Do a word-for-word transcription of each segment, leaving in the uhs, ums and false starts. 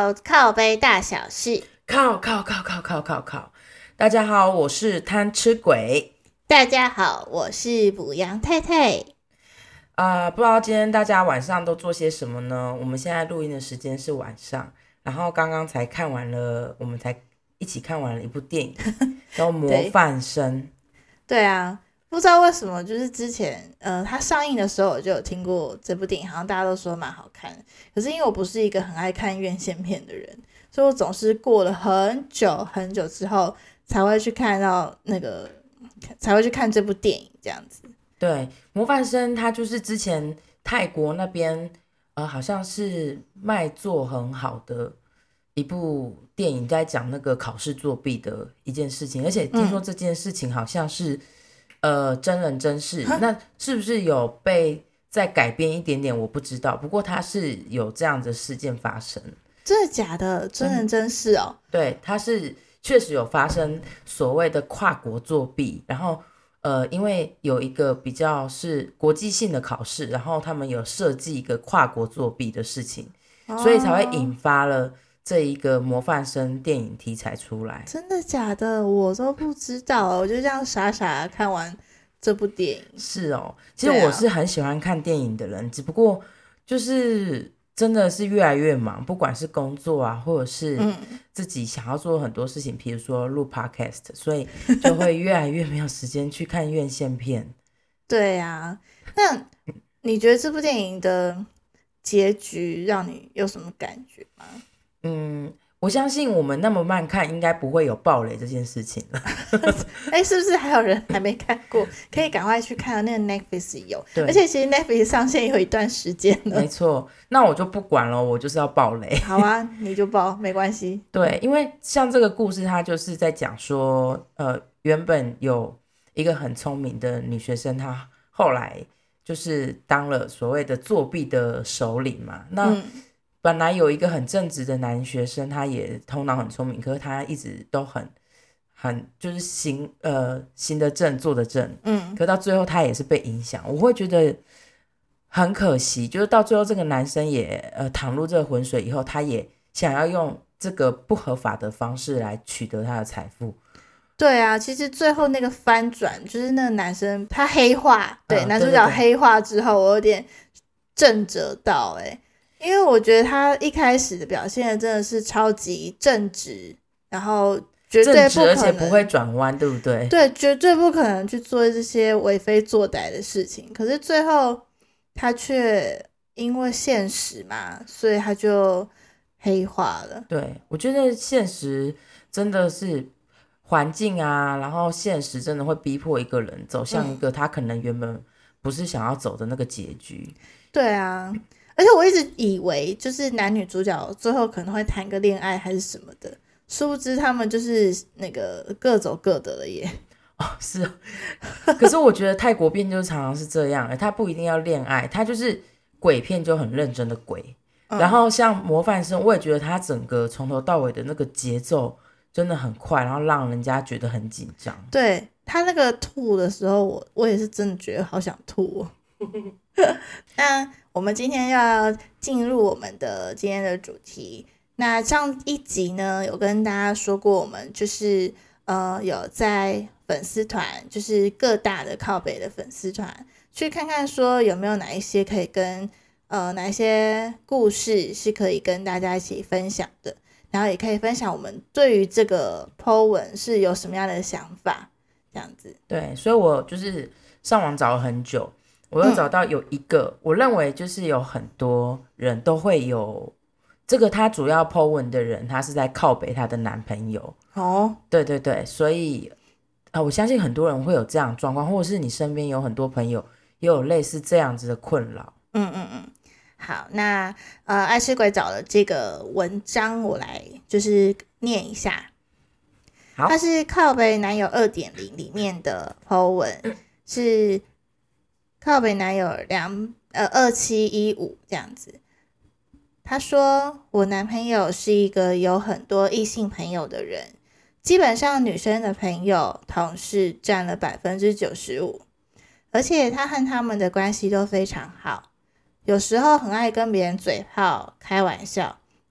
到靠背大小事， 靠靠靠靠靠靠靠！大家好，我是贪吃鬼。 大家好，我是补阳太太。 啊、呃，不知道今天大家晚上都做些什么呢？我们现在录音的时间是晚上，然后刚刚才看完了，我们才一起看完了一部电影，叫《模范生》。 对啊，不知道为什么，就是之前呃，它上映的时候我就有听过这部电影，好像大家都说蛮好看的。可是因为我不是一个很爱看院线片的人，所以我总是过了很久很久之后才会去看到那个，才会去看这部电影这样子。 对，模范生他就是之前泰国那边呃，好像是卖座很好的一部电影，在讲那个考试作弊的一件事情，而且听说这件事情好像是、嗯、呃真人真事，那是不是有被再改编一点点我不知道，不过它是有这样的事件发生。 真的假的？真人真事哦？ 对，它是确实有发生所谓的跨国作弊，然后呃，因为有一个比较是国际性的考试，然后他们有设计一个跨国作弊的事情，哦、所以才会引发了这一个模范生电影题材出来。 真的假的？我都不知道，我就这样傻傻的看完这部电影。 是哦，其实我是很喜欢看电影的人，啊、只不过就是真的是越来越忙，不管是工作啊，或者是自己想要做很多事情，比如说录 podcast， 所以就会越来越没有时间去看院线片。 对啊，那你觉得这部电影的结局让你有什么感觉吗？ 嗯，我相信我们那么慢看，应该不会有爆雷这件事情了。 哎，是不是还有人还没看过？可以赶快去看，那个 Netflix 有，而且其实 Netflix 上线有一段时间了。 没错，那我就不管了，我就是要爆雷。 好啊，你就爆，没关系。 对，因为像这个故事，它就是在讲说，呃，原本有一个很聪明的女学生，她后来就是当了所谓的作弊的首领嘛。那、嗯本来有一个很正直的男学生，他也头脑很聪明，可是他一直都很很就是行呃行得正坐得正，嗯，可到最后他也是被影响，我会觉得很可惜，就是到最后这个男生也呃淌入这个浑水以后，他也想要用这个不合法的方式来取得他的财富。 对啊，其实最后那个翻转就是那个男生他黑化，对，呃、男主角黑化之后，我有点震折到哎、欸。因为我觉得他一开始的表现真的是超级正直，然后绝对不可能， 正直而且不会转弯，对不对？ 对，绝对不可能去做这些为非作歹的事情。可是最后他却因为现实嘛，所以他就黑化了。 对，我觉得现实真的是环境啊，然后现实真的会逼迫一个人走向一个他可能原本不是想要走的那个结局。 嗯、对啊。而且我一直以为就是男女主角最后可能会谈个恋爱还是什么的，殊不知他们就是那个各走各的了耶。 哦，是哦。可是我觉得泰国片就常常是这样，他不一定要恋爱，他就是鬼片就很认真的鬼。嗯、然后像模范生，我也觉得他整个从头到尾的那个节奏真的很快，然后让人家觉得很紧张。 对，他那个吐的时候，我我也是真的觉得好想吐哦。那我们今天要进入我们的今天的主题。那上一集呢，有跟大家说过，我们就是呃有在粉丝团，就是各大的靠北的粉丝团，去看看说有没有哪一些可以跟呃哪一些故事是可以跟大家一起分享的，然后也可以分享我们对于这个 po 文是有什么样的想法，这样子。 对，所以我就是上网找了很久。我又找到有一个、嗯、我认为就是有很多人都会有这个，他主要 po 文的人他是在靠北他的男朋友哦，对对对，所以、呃、我相信很多人会有这样的状况，或者是你身边有很多朋友也有类似这样子的困扰。 嗯嗯嗯，好，那呃爱吃鬼找了这个文章，我来就是念一下。好，它是靠北男友 二点零 里面的 po 文，是靠北男友两呃二七一五这样子。他说，我男朋友是一个有很多异性朋友的人，基本上女生的朋友同事占了 百分之九十五， 而且他和他们的关系都非常好，有时候很爱跟别人嘴炮开玩笑，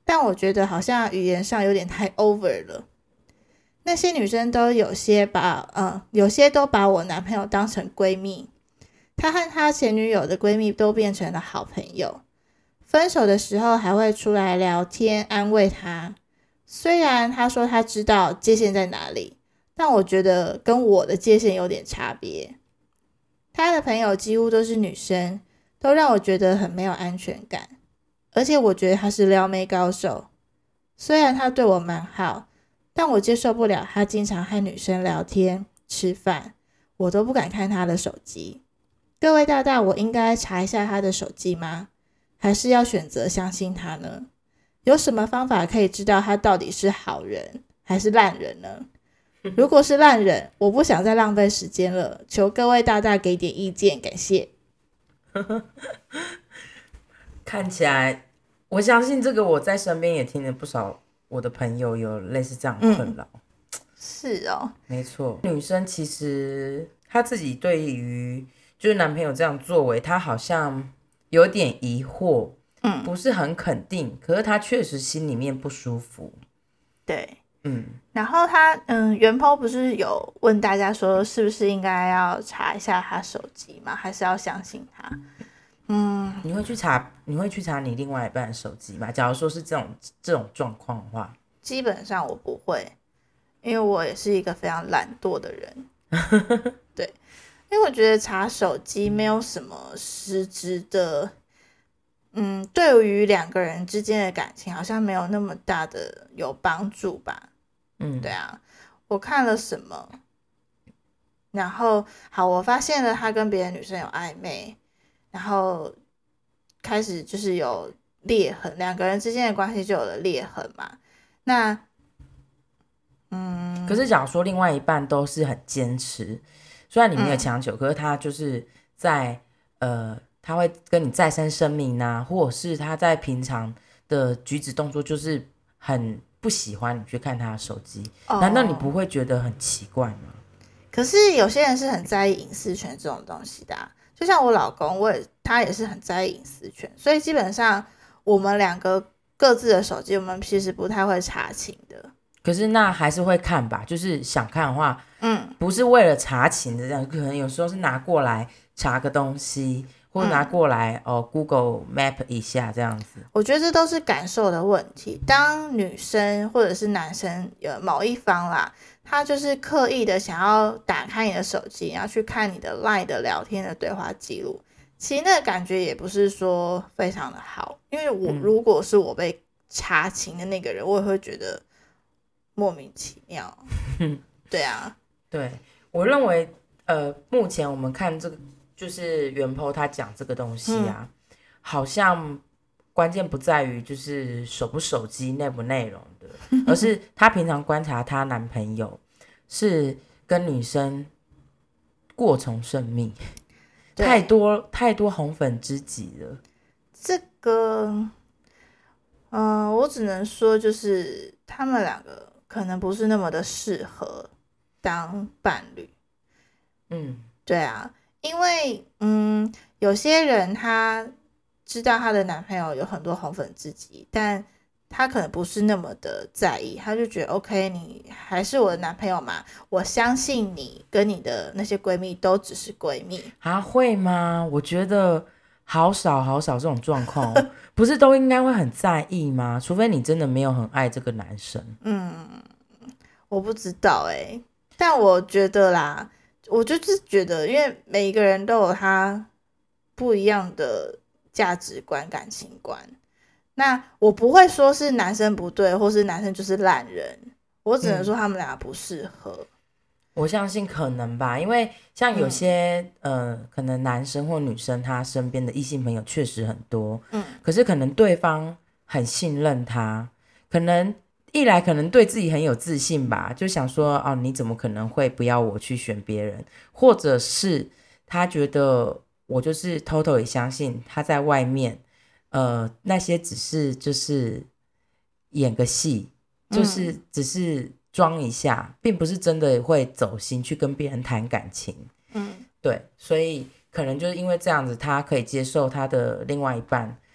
但我觉得好像语言上有点太 over 了。那些女生都有些把呃，有些都把我男朋友当成闺蜜，他和他前女友的闺蜜都变成了好朋友，分手的时候还会出来聊天安慰他。虽然他说他知道界限在哪里，但我觉得跟我的界限有点差别。他的朋友几乎都是女生，都让我觉得很没有安全感，而且我觉得他是撩妹高手。虽然他对我蛮好，但我接受不了他经常和女生聊天吃饭，我都不敢看他的手机。各位大大，我应该查一下他的手机吗？还是要选择相信他呢？有什么方法可以知道他到底是好人还是烂人呢？如果是烂人，我不想再浪费时间了，求各位大大给点意见，感谢。 看起来，我相信这个我在身边也听了不少我的朋友有类似这样的困扰、嗯、 是哦， 没错。女生其实她自己对于就是男朋友这样作为，她好像有点疑惑，嗯，不是很肯定，可是她确实心里面不舒服。 对， 嗯， 然后他嗯，原 po 不是有问大家说是不是应该要查一下他手机吗？还是要相信他？嗯， 你会去查，你会去查你另外一半的手机吗？假如说是这种这种状况的话， 基本上我不会，因为我也是一个非常懒惰的人。对，因为我觉得查手机没有什么实质的，嗯，对于两个人之间的感情好像没有那么大的有帮助吧。嗯，对啊，我看了什么，然后好，我发现了他跟别的女生有暧昧。然后开始就是有裂痕，两个人之间的关系就有了裂痕嘛。那，嗯， 可是假如说另外一半都是很坚持，虽然你没有强求、嗯，可是他就是在呃，他会跟你再三声明啊，或者是他在平常的举止动作就是很不喜欢你去看他的手机，哦、难道你不会觉得很奇怪吗？ 可是有些人是很在意隐私权这种东西的、啊。就像我老公，我也他也是很在意隐私权，所以基本上我们两个各自的手机，我们其实不太会查寝的。 可是那还是会看吧，就是想看的话，嗯，不是为了查寝的这样，可能有时候是拿过来查个东西，或者拿过来、嗯、哦 Google Map 一下这样子。 我觉得这都是感受的问题。当女生或者是男生有某一方啦，他就是刻意的想要打开你的手机，然后去看你的 LINE 的聊天的对话记录，其实那个感觉也不是说非常的好，因为我、嗯、如果是我被查寝的那个人，我也会觉得莫名其妙。对啊， 对，我认为呃，目前我们看这个就是原 po 他讲这个东西啊、嗯，好像关键不在于就是手不手机内不内容的，而是她平常观察她男朋友是跟女生过从甚密，太多太多红粉知己了。 这个，嗯、呃，我只能说就是他们两个可能不是那么的适合当伴侣。嗯，对啊，因为嗯，有些人他知道她的男朋友有很多红粉知己，但她可能不是那么的在意，她就觉得 OK， 你还是我的男朋友嘛，我相信你跟你的那些闺蜜都只是闺蜜。 啊，会吗？我觉得好少好少这种状况、哦、不是都应该会很在意吗？除非你真的没有很爱这个男生。 嗯，我不知道哎、欸，但我觉得啦，我就是觉得，因为每一个人都有他不一样的价值观、感情观。那我不会说是男生不对，或是男生就是烂人，我只能说他们俩不适合、嗯。 我相信可能吧，因为像有些、嗯、呃，可能男生或女生他身边的异性朋友确实很多，嗯，可是可能对方很信任他，可能一来可能对自己很有自信吧，就想说哦，你怎么可能会不要我去选别人，或者是他觉得我就是偷偷也相信他在外面呃那些只是就是演个戏，就是只是装一下，并不是真的会走心去跟别人谈感情。嗯，对，所以可能就是因为这样子，他可以接受他的另外一半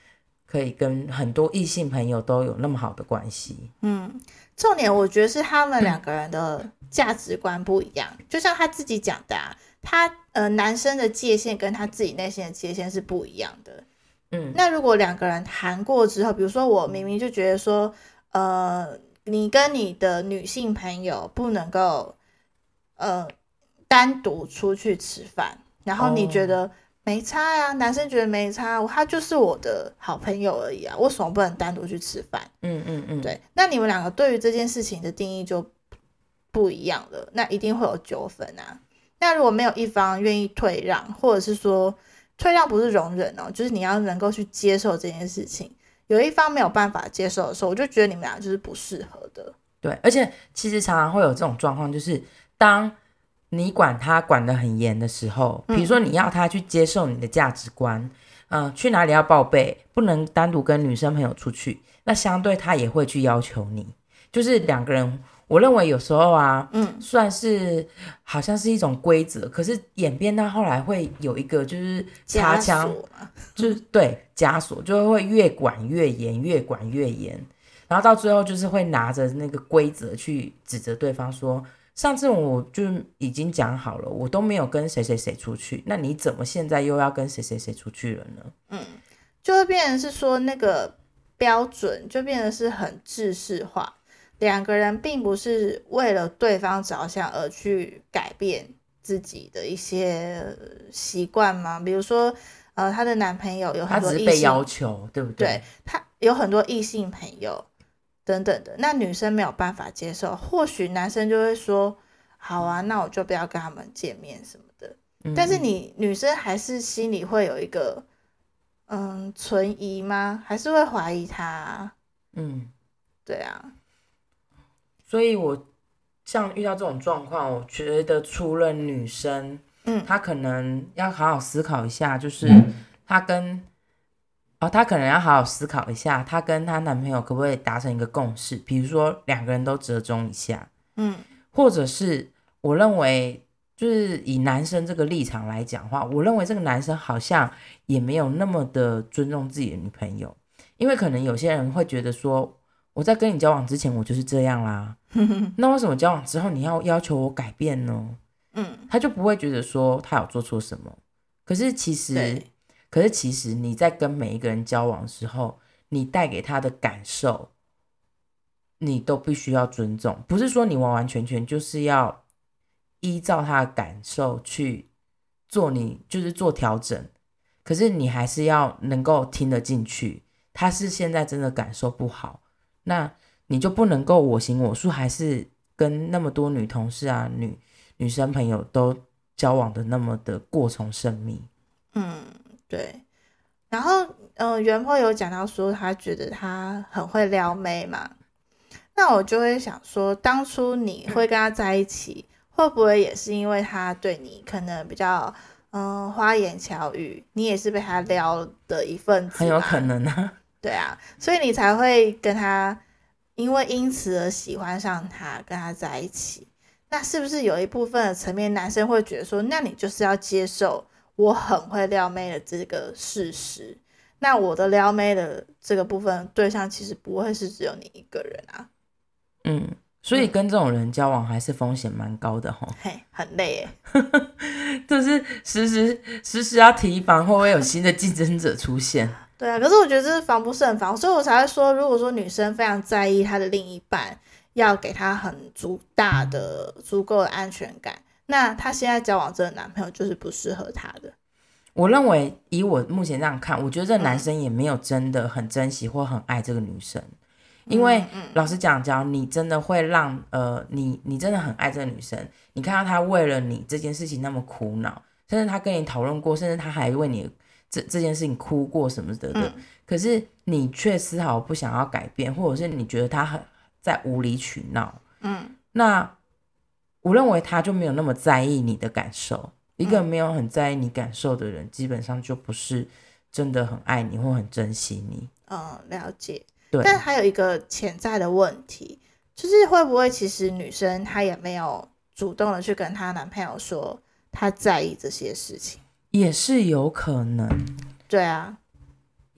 可以跟很多异性朋友都有那么好的关系。 嗯，重点我觉得是他们两个人的价值观不一样，就像他自己讲的啊，他呃男生的界限跟他自己内心的界限是不一样的。 嗯， 那如果两个人谈过之后，比如说我明明就觉得说，呃，你跟你的女性朋友不能够呃单独出去吃饭，然后你觉得没差呀、啊，男生觉得没差，他就是我的好朋友而已啊，为什么不能单独去吃饭？ 嗯嗯嗯， 对，那你们两个对于这件事情的定义就不一样了，那一定会有纠纷啊。那如果没有一方愿意退让，或者是说退让不是容忍哦，就是你要能够去接受这件事情，有一方没有办法接受的时候，我就觉得你们俩就是不适合的。 对，而且其实常常会有这种状况，就是当你管他管得很严的时候，比如说你要他去接受你的价值观，嗯、呃，去哪里要报备，不能单独跟女生朋友出去，那相对他也会去要求你，就是两个人，我认为有时候啊，嗯，算是好像是一种规则，可是演变到后来会有一个就是擦枪，就是对枷锁，就会越管越严，越管越严，然后到最后就是会拿着那个规则去指责对方说，上次我就已经讲好了，我都没有跟谁谁谁出去，那你怎么现在又要跟谁谁谁出去了呢？ 嗯，就会变成是说那个标准就变得是很制式化，两个人并不是为了对方着想而去改变自己的一些习惯吗？比如说，呃，她的男朋友有很多异性， 他只是被要求，对不对？ 对，他有很多异性朋友等等的，那女生没有办法接受，或许男生就会说，好啊，那我就不要跟他们见面什么的。嗯、但是你女生还是心里会有一个，嗯，存疑吗？还是会怀疑他、啊？嗯，对啊。 所以我像遇到这种状况，我觉得除了女生，嗯，她可能要好好思考一下，就是她跟。哦，她可能要好好思考一下，她跟她男朋友可不可以达成一个共识，比如说两个人都折中一下，嗯，或者是我认为就是以男生这个立场来讲的话，我认为这个男生好像也没有那么的尊重自己的女朋友，因为可能有些人会觉得说，我在跟你交往之前我就是这样啦，那为什么交往之后你要要求我改变呢？嗯，他就不会觉得说他有做错什么，可是其实。可是其实你在跟每一个人交往的时候，你带给他的感受，你都必须要尊重。不是说你完完全全就是要依照他的感受去做你，就是做调整。可是你还是要能够听得进去，他是现在真的感受不好，那你就不能够我行我素，还是跟那么多女同事啊、女女生朋友都交往的那么的过从甚密。嗯。 对，然后呃，原 po 有讲到说他觉得他很会撩妹嘛，那我就会想说，当初你会跟他在一起，会不会也是因为他对你可能比较嗯、呃、花言巧语，你也是被他撩的一份子， 很有可能啊。 对啊，所以你才会跟他，因为因此而喜欢上他，跟他在一起。那是不是有一部分的层面，男生会觉得说，那你就是要接受我很会撩妹的这个事实，那我的撩妹的这个部分对象其实不会是只有你一个人啊。 嗯，所以跟这种人交往还是风险蛮高的齁。 嘿，很累耶。 就是时时时时要提防会不会有新的竞争者出现。 对啊，可是我觉得这是防不胜防，所以我才会说，如果说女生非常在意她的另一半，要给她很足大的、足够的安全感。那他现在交往这个男朋友就是不适合他的。 我认为以我目前这样看，我觉得这个男生也没有真的很珍惜或很爱这个女生，因为老实讲，只要你真的会让呃你你真的很爱这个女生，你看到她为了你这件事情那么苦恼，甚至她跟你讨论过，甚至她还为你这这件事情哭过什么的的、嗯，可是你却丝毫不想要改变，或者是你觉得她很在无理取闹，嗯，那。我认为他就没有那么在意你的感受，一个没有很在意你感受的人、嗯、基本上就不是真的很爱你或很珍惜你。 嗯，了解。 对， 但还有一个潜在的问题，就是会不会其实女生她也没有主动的去跟她男朋友说她在意这些事情， 也是有可能。 对啊，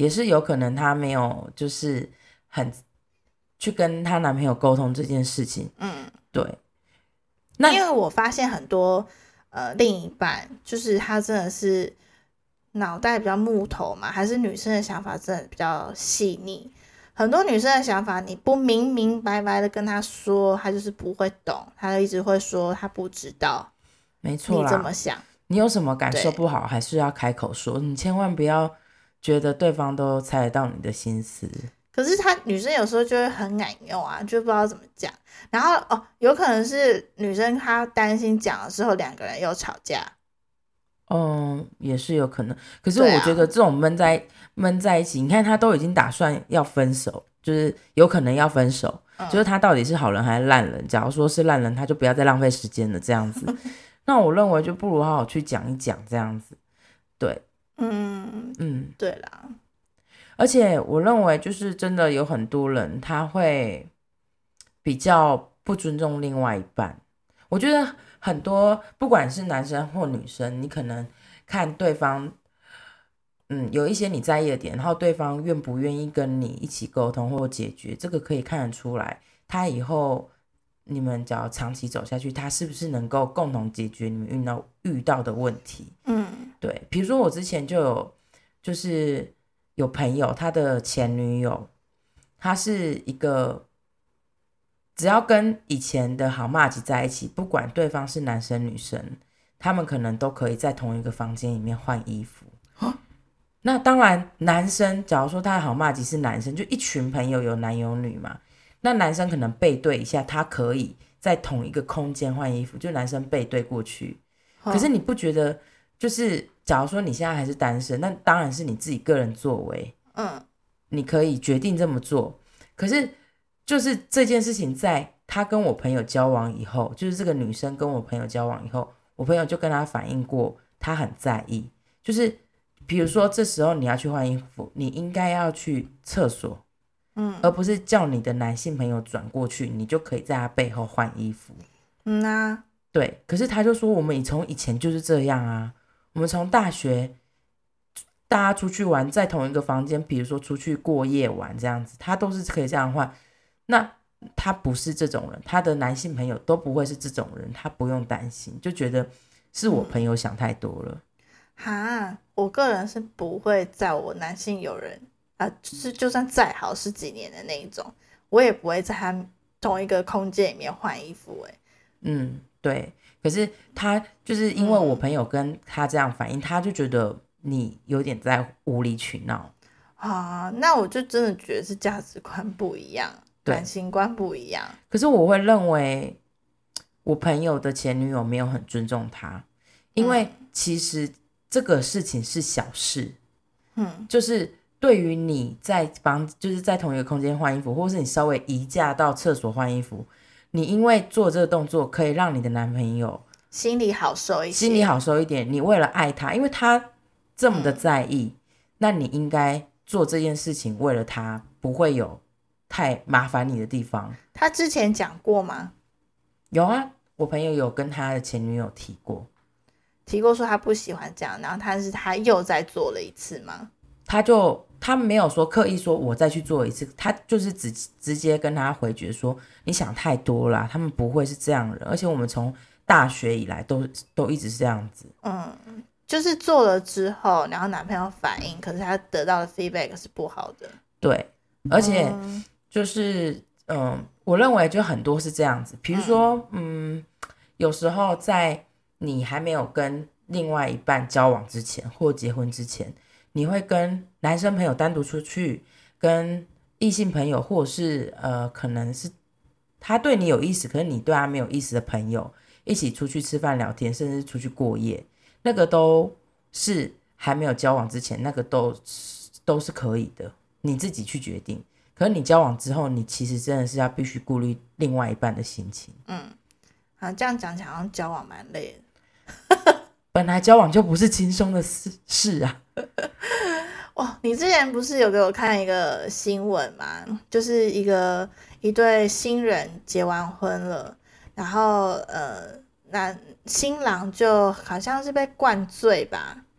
也是有可能她没有就是很去跟她男朋友沟通这件事情。 嗯， 对。那因为我发现很多呃另一半，就是他真的是脑袋比较木头嘛，还是女生的想法真的比较细腻。很多女生的想法，你不明明白白的跟她说，她就是不会懂，她就一直会说她不知道。 没错啦， 你怎么想？ 你有什么感受不好，还是要开口说，你千万不要觉得对方都猜得到你的心思。 可是她女生有时候就会很难用啊，就不知道怎么讲。然后哦，有可能是女生她担心讲了之后两个人又吵架。 嗯，也是有可能。可是我觉得这种闷在、啊、闷在一起，你看他都已经打算要分手，就是有可能要分手，嗯、就是他到底是好人还是烂人？假如说是烂人，他就不要再浪费时间了，这样子。那我认为就不如好好去讲一讲，这样子。对， 嗯嗯，对啦。 而且我认为就是真的有很多人他会比较不尊重另外一半，我觉得很多不管是男生或女生，你可能看对方嗯有一些你在意的点，然后对方愿不愿意跟你一起沟通或解决，这个可以看得出来他以后你们只要长期走下去，他是不是能够共同解决你们遇到遇到的问题。 嗯， 对，比如说我之前就有就是有朋友他的前女友，他是一个只要跟以前的好麻吉在一起，不管对方是男生女生，他们可能都可以在同一个房间里面换衣服。那当然男生假如说他的好麻吉是男生，就一群朋友有男有女嘛，那男生可能背对一下，他可以在同一个空间换衣服，就男生背对过去。可是你不觉得就是假如说你现在还是单身，那当然是你自己个人作为，嗯，你可以决定这么做。可是就是这件事情在他跟我朋友交往以后，就是这个女生跟我朋友交往以后，我朋友就跟他反映过，他很在意，就是比如说这时候你要去换衣服，你应该要去厕所，嗯，而不是叫你的男性朋友转过去，你就可以在他背后换衣服。 嗯啊， 对，可是他就说我们从以前就是这样啊，我们从大学大家出去玩在同一个房间，比如说出去过夜玩这样子，他都是可以这样换。那他不是这种人，他的男性朋友都不会是这种人，他不用担心，就觉得是我朋友想太多了。 哈、嗯，我个人是不会在我男性友人啊，就是就算再好十几年的那一种，我也不会在他同一个空间里面换衣服。哎， 嗯，对。可是他就是因为我朋友跟他这样反应，嗯、他就觉得你有点在无理取闹啊。那我就真的觉得是价值观不一样。感情观不一样。 可是我会认为我朋友的前女友没有很尊重他，因为其实这个事情是小事，嗯，就是对于你在帮就是在同一个空间换衣服，或是你稍微移驾到厕所换衣服，你因为做这个动作可以让你的男朋友心里好受一些， 心里好受一点，你为了爱他，因为他这么的在意，嗯、那你应该做这件事情，为了他不会有太麻烦你的地方。 他之前讲过吗？ 有啊，我朋友有跟他的前女友提过， 提过说他不喜欢这样，然后他是他又再做了一次吗？ 他就他没有说刻意说我再去做一次，他就是直直接跟他回绝说你想太多啦，他们不会是这样的人，而且我们从大学以来都都一直是这样子。 嗯，就是做了之后，然后男朋友反应，可是他得到的 feedback 是不好的。对， 而且。嗯就是嗯，我认为就很多是这样子，比如说嗯，有时候在你还没有跟另外一半交往之前或结婚之前，你会跟男生朋友单独出去，跟异性朋友或者是呃可能是他对你有意思可是你对他没有意思的朋友一起出去吃饭聊天，甚至出去过夜，那个都是还没有交往之前，那个都都是可以的，你自己去决定。可是你交往之后，你其实真的是要必须顾虑另外一半的心情。 嗯，啊，这样讲起来好像交往蛮累的。 本来交往就不是轻松的事事啊。 哇，你之前不是有给我看一个新闻吗？就是一个一对新人结完婚了，然后呃，那新郎就好像是被灌醉吧。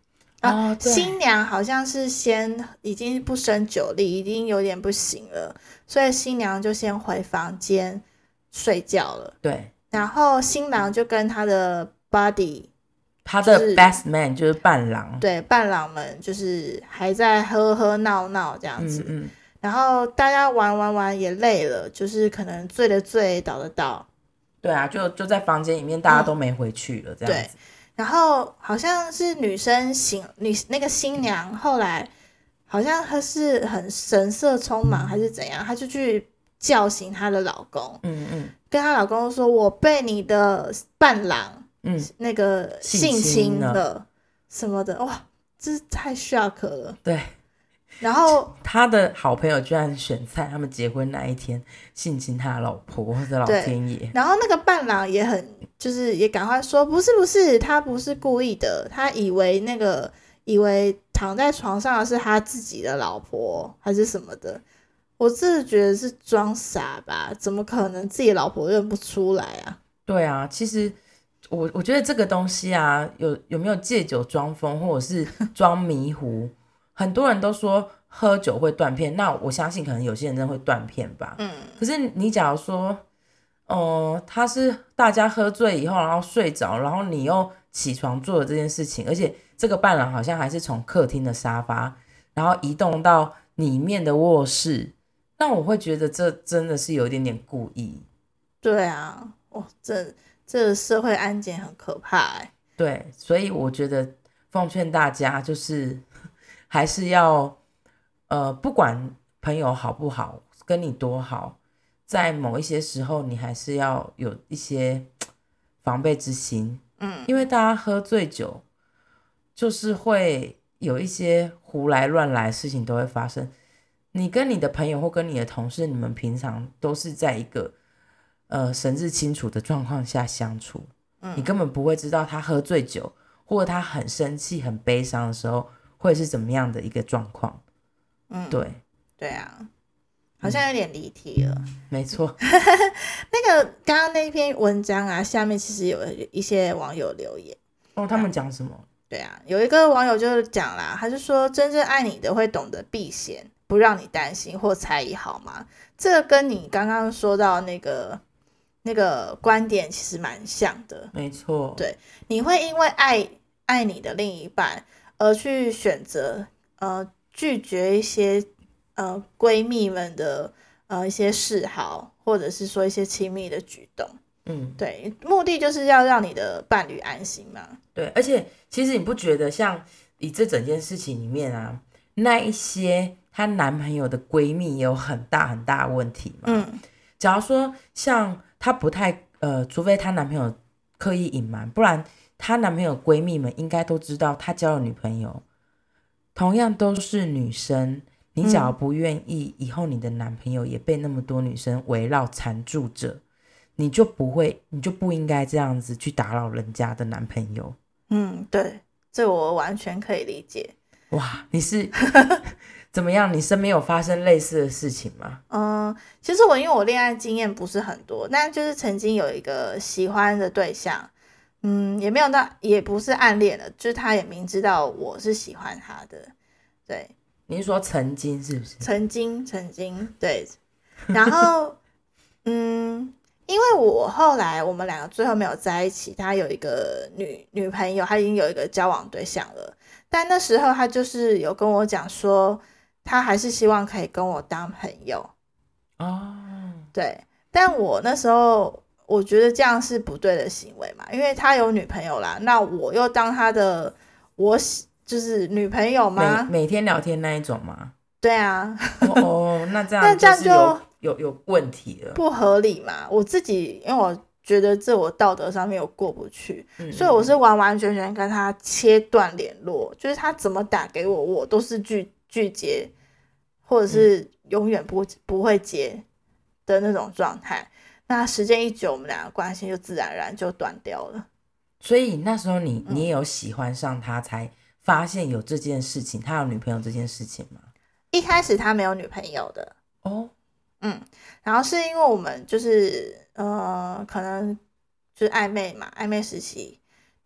啊、 哦，对新娘好像是先已经不胜酒力，已经有点不行了，所以新娘就先回房间睡觉了。 对， 然后新郎就跟他的 buddy， 他的就是 best man 就是伴郎， 对，伴郎们就是还在喝喝闹闹这样子。 嗯嗯， 然后大家玩玩玩也累了，就是可能醉的醉，倒的倒。 对啊，就就在房间里面，大家都没回去了，这样对子。， 然后好像是女生醒，女那个新娘后来好像她是很神色匆忙还是怎样，她就去叫醒她的老公， 嗯嗯跟她老公说：“我被你的伴郎嗯， 那个性侵性侵了了什么的。”哇，这太 shock 了。 对， 然后他的好朋友居然选在他们结婚那一天性侵他的老婆，我的老对天爷！ 然后那个伴郎也很，就是也赶快说，不是不是，他不是故意的，他以为那个以为躺在床上的是他自己的老婆还是什么的。我真的觉得是装傻吧，怎么可能自己老婆认不出来啊？ 对啊，其实我我觉得这个东西啊，有有没有借酒装疯，或者是装迷糊，很多人都说喝酒会断片，那我相信可能有些人真的会断片吧。 嗯， 可是你假如说，哦、呃，他是大家喝醉以后，然后睡着，然后你又起床做了这件事情，而且这个伴郎好像还是从客厅的沙发，然后移动到里面的卧室，那我会觉得这真的是有一点点故意。 对啊，哦，这这个社会案件很可怕哎。 对，所以我觉得奉劝大家就是还是要呃，不管朋友好不好，跟你多好，在某一些时候你还是要有一些防备之心， 嗯， 因为大家喝醉酒就是会有一些胡来乱来的事情都会发生。你跟你的朋友或跟你的同事，你们平常都是在一个呃神志清楚的状况下相处， 嗯你根本不会知道他喝醉酒或者他很生气很悲伤的时候会是怎么样的一个状况。 嗯， 对， 对啊，好像有点离题了。 没错。 那个刚刚那篇文章啊，下面其实有一些网友留言。 哦，他们讲什么？ 对啊，有一个网友就讲啦，他就说真正爱你的会懂得避嫌，不让你担心或猜疑，好吗？这个跟你刚刚说到那个那个观点其实蛮像的。 没错， 对，你会因为爱爱你的另一半而去选择呃拒绝一些呃闺蜜们的呃一些示好，或者是说一些亲密的举动。 嗯， 对，目的就是要让你的伴侣安心嘛。 对，而且其实你不觉得像以这整件事情里面啊，那一些她男朋友的闺蜜也有很大很大的问题嘛？ 嗯， 假如说像她不太呃，除非她男朋友刻意隐瞒，不然她男朋友闺蜜们应该都知道她交了女朋友，同样都是女生。你假如不愿意，以后你的男朋友也被那么多女生围绕缠住着，你就不会，你就不应该这样子去打扰人家的男朋友。 嗯，对，这我完全可以理解。 哇，你是怎么样？你身边有发生类似的事情吗？ 嗯，其实我因为我恋爱经验不是很多，但就是曾经有一个喜欢的对象，嗯，也没有到，也不是暗恋的，就是他也明知道我是喜欢他的，对， 你是说曾经是不是？ 曾经曾经对，然后嗯，因为我后来我们两个最后没有在一起，他有一个女女朋友，他已经有一个交往对象了，但那时候他就是有跟我讲说，他还是希望可以跟我当朋友。 哦， 对，但我那时候我觉得这样是不对的行为嘛，因为他有女朋友啦，那我又当他的我喜就是女朋友吗？ 每每天聊天那一种吗？ 对啊， 哦哦，那这样那这样就是有就有有问题了。 不合理嘛。我自己因为我觉得这我道德上面有过不去， 嗯所以我是完完全全跟他切断联络，就是他怎么打给我，我都是拒拒接，或者是永远不不会接的那种状态。那时间一久，我们两个关系就自然而然就断掉了。 所以那时候你嗯你也有喜欢上他，才发现有这件事情，他有女朋友这件事情吗？ 一开始他没有女朋友的， 哦， 嗯，然后是因为我们就是呃，可能就是暧昧嘛，暧昧时期，然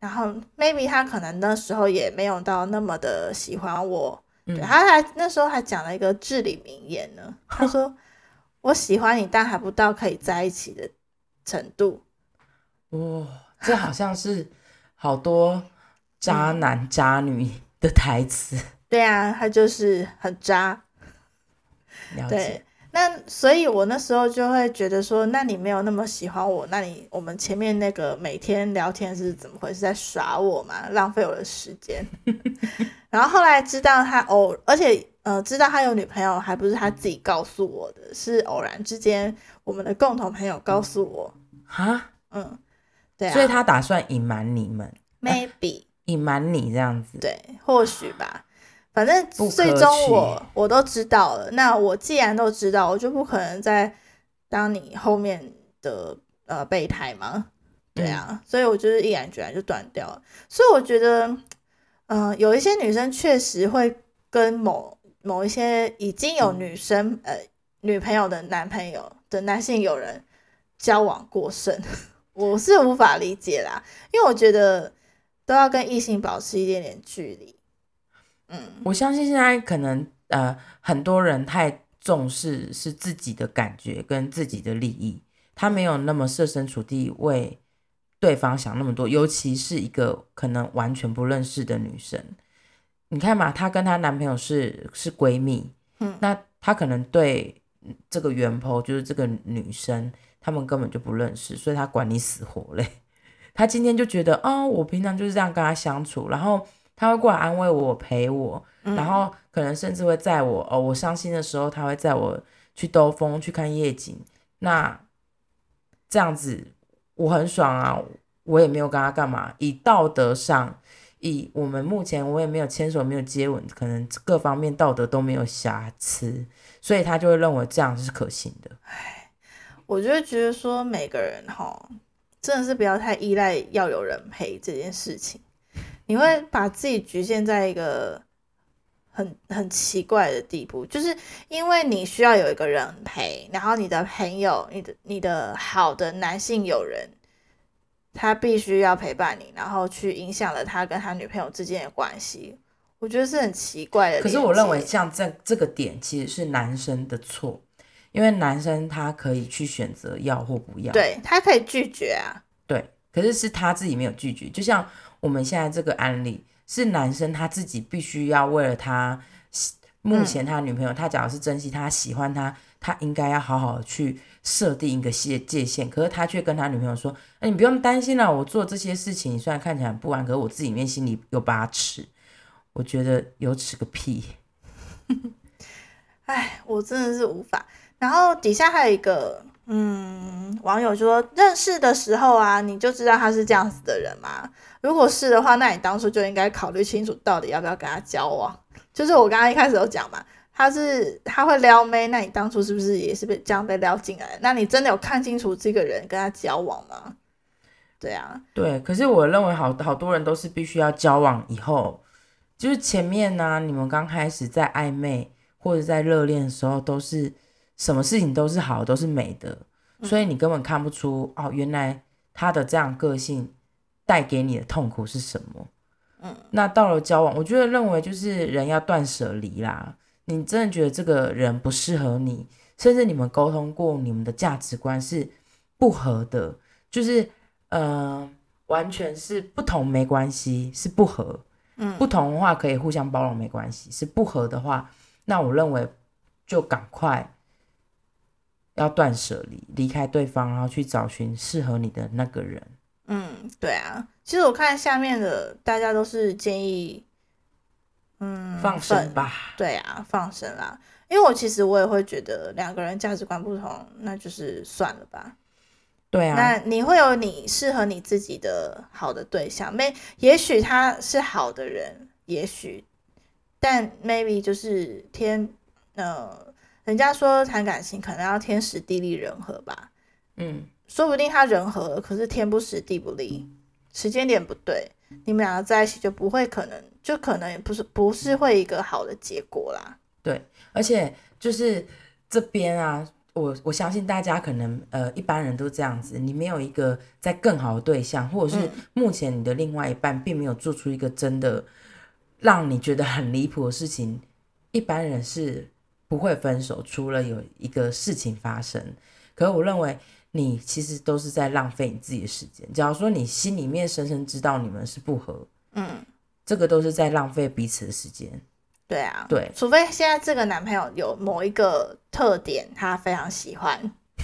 然后 maybe 他可能那时候也没有到那么的喜欢我， 嗯对，他还那时候还讲了一个至理名言呢，他说我喜欢你，但还不到可以在一起的程度。 哇，这好像是好多渣嗯男渣女的台词。 对啊，他就是很渣。 了解。 对，那所以我那时候就会觉得说，那你没有那么喜欢我，那你我们前面那个每天聊天是怎么回事？在耍我嘛，浪费我的时间。然后后来知道他偶，而且呃，知道他有女朋友，还不是他自己告诉我的，是偶然之间我们的共同朋友告诉我。 哈， 嗯，对啊， 所以他打算隐瞒你们， maybe 隐瞒你这样子。 对，或许吧。反正不可最终取我我都知道了，那我既然都知道，我就不可能再当你后面的呃备胎嘛，对啊， 嗯所以我就是毅然决然就断掉了。所以我觉得，嗯、呃，有一些女生确实会跟某某一些已经有女生呃女朋友的男朋友的男性友人交往过甚，我是无法理解啦，因为我觉得都要跟异性保持一点点距离。嗯， 我相信现在可能呃很多人太重视是自己的感觉跟自己的利益，他没有那么设身处地为对方想那么多，尤其是一个可能完全不认识的女生。你看嘛，她跟她男朋友是是闺蜜， 嗯， 那她可能对这个原 po 就是这个女生，他们根本就不认识，所以她管你死活嘞。她今天就觉得，哦，我平常就是这样跟她相处，然后他会过来安慰我陪我，然后可能甚至会载我，哦，我伤心的时候他会载我去兜风去看夜景，那这样子我很爽啊，我也没有跟他干嘛，以道德上，以我们目前我也没有牵手没有接吻，可能各方面道德都没有瑕疵，所以他就会认为这样是可行的。 我就会觉得说每个人齁真的是不要太依赖要有人陪这件事情，你会把自己局限在一个很很奇怪的地步，就是因为你需要有一个人陪，然后你的朋友、你的你的好的男性友人，他必须要陪伴你，然后去影响了他跟他女朋友之间的关系，我觉得是很奇怪的连接。 可是我认为像这这个点其实是男生的错，因为男生他可以去选择要或不要， 对，他可以拒绝啊， 对，可是是他自己没有拒绝，就像我们现在这个案例，是男生他自己必须要为了他目前他的女朋友，嗯、他假如是珍惜他喜欢他，他应该要好好的去设定一个界界限，可是他却跟他女朋友说，哎，你不用担心啦，我做这些事情，你虽然看起来很不安，可是我自己里面心里有把尺，我觉得有尺个屁。 哎，我真的是无法。然后底下还有一个嗯网友就说，认识的时候啊，你就知道他是这样子的人吗？如果是的话，那你当初就应该考虑清楚，到底要不要跟他交往。就是我刚刚一开始有讲嘛，他是他会撩妹，那你当初是不是也是被这样被撩进来？那你真的有看清楚这个人跟他交往吗？对啊， 对，可是我认为好好多人都是必须要交往以后，就是前面呢、啊，你们刚开始在暧昧或者在热恋的时候，都是什么事情都是好，都是美的，所以你根本看不出、嗯、哦，原来他的这样个性带给你的痛苦是什么。嗯，那到了交往，我觉得认为就是人要断舍离啦。你真的觉得这个人不适合你，甚至你们沟通过，你们的价值观是不合的，就是呃，完全是不同没关系，是不合。嗯，不同的话可以互相包容没关系，是不合的话，那我认为就赶快要断舍离，离开对方，然后去找寻适合你的那个人。 嗯，对啊，其实我看下面的大家都是建议，嗯， 放生吧。 对啊，放生啦。因为我其实我也会觉得两个人价值观不同，那就是算了吧。 对啊， 那你会有你适合你自己的好的对象，没？也许他是好的人，也许，但 maybe 就是天，呃，人家说谈感情可能要天时地利人和吧。嗯。说不定他人和了，可是天不时地不利，时间点不对，你们两个在一起就不会可能，就可能也不是不是会一个好的结果啦。 对，而且就是这边啊， 我我相信大家可能呃一般人都这样子，你没有一个在更好的对象，或者是目前你的另外一半并没有做出一个真的让你觉得很离谱的事情，一般人是不会分手，除了有一个事情发生。可是我认为你其实都是在浪费你自己的时间。假如说你心里面深深知道你们是不合，嗯，这个都是在浪费彼此的时间。 对啊， 对， 除非现在这个男朋友有某一个特点他非常喜欢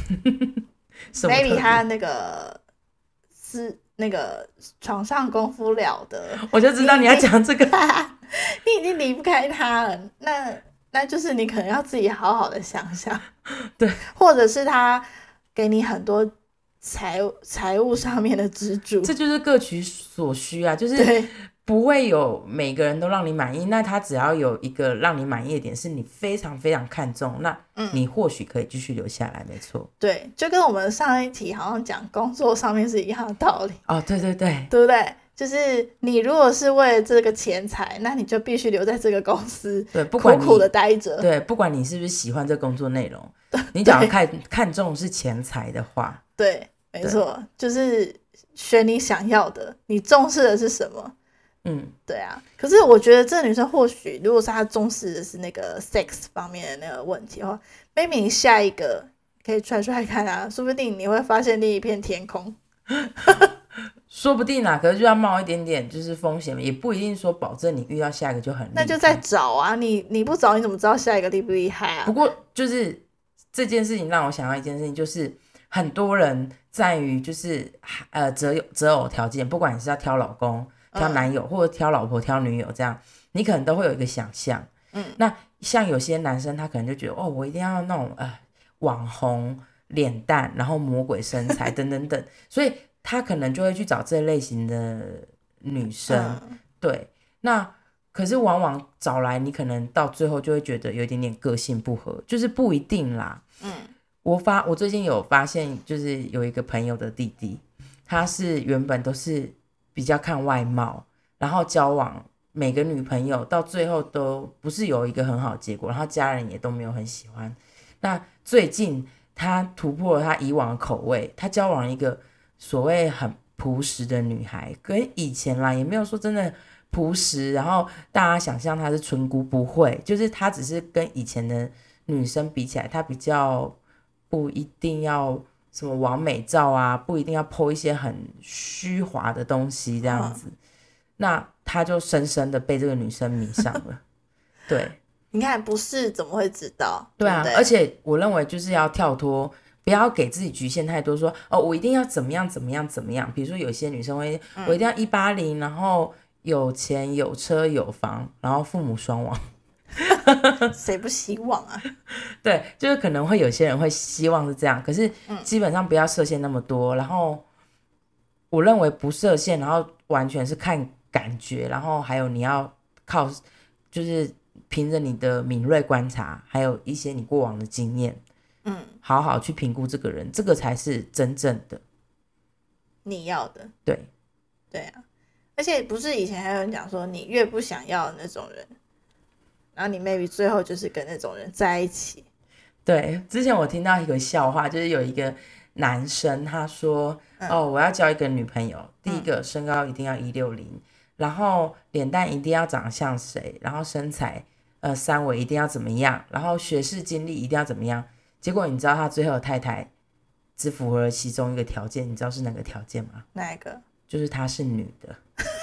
，maybe 他那个是那个床上功夫了得， 我就知道你要讲这个， 你已经离不开他了，那那就是你可能要自己好好的想想， 对， 或者是他给你很多财财务上面的资助， 这就是各取所需啊，就是对。不会有每个人都让你满意，那他只要有一个让你满意的点是你非常非常看重，那你或许可以继续留下来。没错， 对，就跟我们上一题好像讲工作上面是一样的道理。 哦，对对对， 对不对？就是你如果是为了这个钱财，那你就必须留在这个公司， 对，不管苦苦的待着。 对，不管你是不是喜欢这工作内容，你只要看看重是钱财的话， 对，没错，就是选你想要的，你重视的是什么？嗯，对啊。可是我觉得这个女生或许，如果是她重视的是那个 sex 方面的那个问题的话 ，maybe 你下一个可以揣揣看啊，说不定你会发现另一片天空。 说不定啊，可是就要冒一点点就是风险，也不一定说保证你遇到下一个就很厉害。 那就在找啊，你你不找你怎么知道下一个厉不厉害啊？ 不过就是这件事情让我想到一件事情，就是很多人在于就是呃择择偶条件，不管你是要挑老公、挑男友，嗯、或者挑老婆、挑女友这样，你可能都会有一个想象。嗯，那像有些男生他可能就觉得哦，我一定要那种呃网红脸蛋，然后魔鬼身材等等等，所以他可能就会去找这类型的女生。嗯、对，那可是往往找来你可能到最后就会觉得有一点点个性不合，就是不一定啦。嗯，我发我最近有发现，就是有一个朋友的弟弟，他是原本都是比较看外貌，然后交往每个女朋友到最后都不是有一个很好的结果，然后家人也都没有很喜欢。那最近他突破了他以往的口味，他交往一个所谓很朴实的女孩，跟以前啦也没有说真的朴实，然后大家想象她是村姑，不会，就是她只是跟以前的女生比起来，她比较不一定要什么完美照啊，不一定要 po 一些很虚华的东西这样子，嗯、那他就深深的被这个女生迷上了。对， 你看不是怎么会知道？ 对啊， 对对， 而且我认为就是要跳脱，不要给自己局限太多说，说哦我一定要怎么样怎么样怎么样。比如说有些女生会，嗯、我一定要一八零，然后有钱有车有房，然后父母双亡。 谁不希望啊？ 对，就是可能会有些人会希望是这样，可是基本上不要设限那么多。然后我认为不设限，然后完全是看感觉，然后还有你要靠就是凭着你的敏锐观察，还有一些你过往的经验，嗯，好好去评估这个人，这个才是真正的你要的。 对， 对啊，而且不是以前还有人讲说，你越不想要的那种人，然后你 maybe 最后就是跟那种人在一起。 对，之前我听到一个笑话，就是有一个男生他说，嗯、哦，我要交一个女朋友，第一个身高一定要一六零，然后脸蛋一定要长得像谁，然后身材呃三围一定要怎么样，然后学识经历一定要怎么样。结果你知道他最后的太太只符合了其中一个条件，你知道是哪个条件吗？ 哪一个？ 就是她是女的。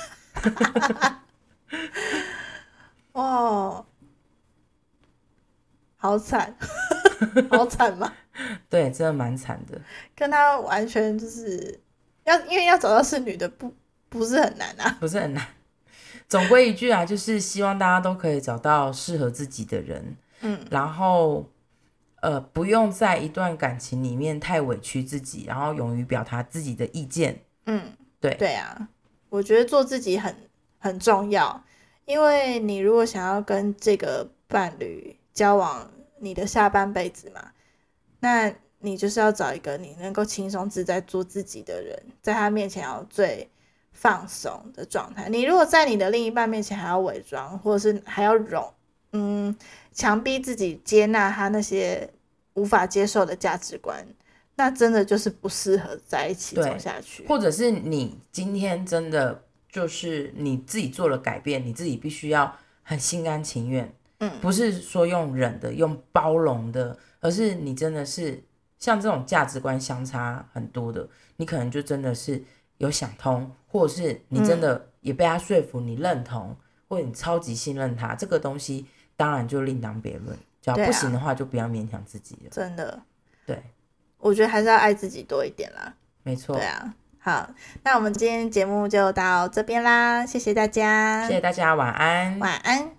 哇，好惨。好惨吗？ 对，真的蛮惨的。 跟他完全就是要，因为要找到是女的不不是很难啊， 不是很难。总归一句啊，就是希望大家都可以找到适合自己的人，嗯，然后呃不用在一段感情里面太委屈自己，然后勇于表达自己的意见。嗯，对对啊，我觉得做自己很很重要，因为你如果想要跟这个伴侣交往你的下半辈子嘛，那你就是要找一个你能够轻松自在做自己的人，在他面前要最放松的状态。你如果在你的另一半面前还要伪装，或者是还要容嗯强逼自己接纳他那些无法接受的价值观，那真的就是不适合在一起走下去。 或者是你今天真的就是你自己做了改变，你自己必须要很心甘情愿， 嗯， 不是说用忍的用包容的，而是你真的是像这种价值观相差很多的，你可能就真的是有想通，或者是你真的也被他说服，你认同，或者你超级信任他，这个东西当然就另当别论。只要不行的话，就不要勉强自己了。 真的， 对， 我觉得还是要爱自己多一点啦。 没错。 对啊，好，那我们今天节目就到这边啦，谢谢大家， 谢谢大家，晚安， 晚安。